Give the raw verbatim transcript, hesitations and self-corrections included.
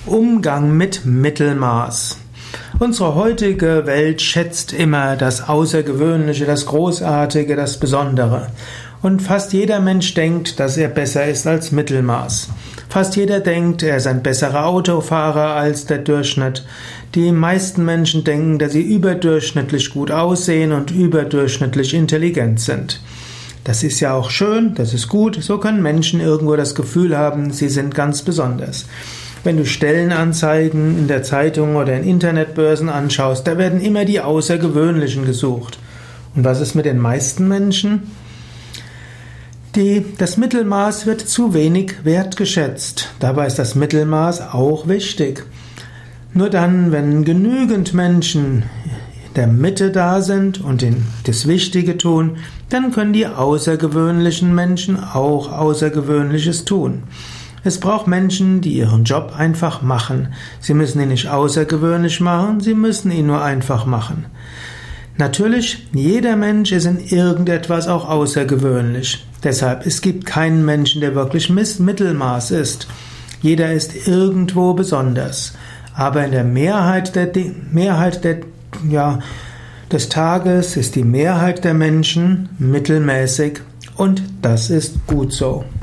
Umgang mit Mittelmaß. Unsere heutige Welt schätzt immer das Außergewöhnliche, das Großartige, das Besondere. Und fast jeder Mensch denkt, dass er besser ist als Mittelmaß. Fast jeder denkt, er ist ein besserer Autofahrer als der Durchschnitt. Die meisten Menschen denken, dass sie überdurchschnittlich gut aussehen und überdurchschnittlich intelligent sind. Das ist ja auch schön, das ist gut, so können Menschen irgendwo das Gefühl haben, sie sind ganz besonders. Wenn du Stellenanzeigen in der Zeitung oder in Internetbörsen anschaust, da werden immer die Außergewöhnlichen gesucht. Und was ist mit den meisten Menschen? Die, das Mittelmaß wird zu wenig wertgeschätzt. Dabei ist das Mittelmaß auch wichtig. Nur dann, wenn genügend Menschen der Mitte da sind und das Wichtige tun, dann können die außergewöhnlichen Menschen auch Außergewöhnliches tun. Es braucht Menschen, die ihren Job einfach machen. Sie müssen ihn nicht außergewöhnlich machen, sie müssen ihn nur einfach machen. Natürlich, jeder Mensch ist in irgendetwas auch außergewöhnlich. Deshalb, es gibt keinen Menschen, der wirklich Mittelmaß ist. Jeder ist irgendwo besonders. Aber in der Mehrheit der, Mehrheit der, ja, des Tages ist die Mehrheit der Menschen mittelmäßig und das ist gut so.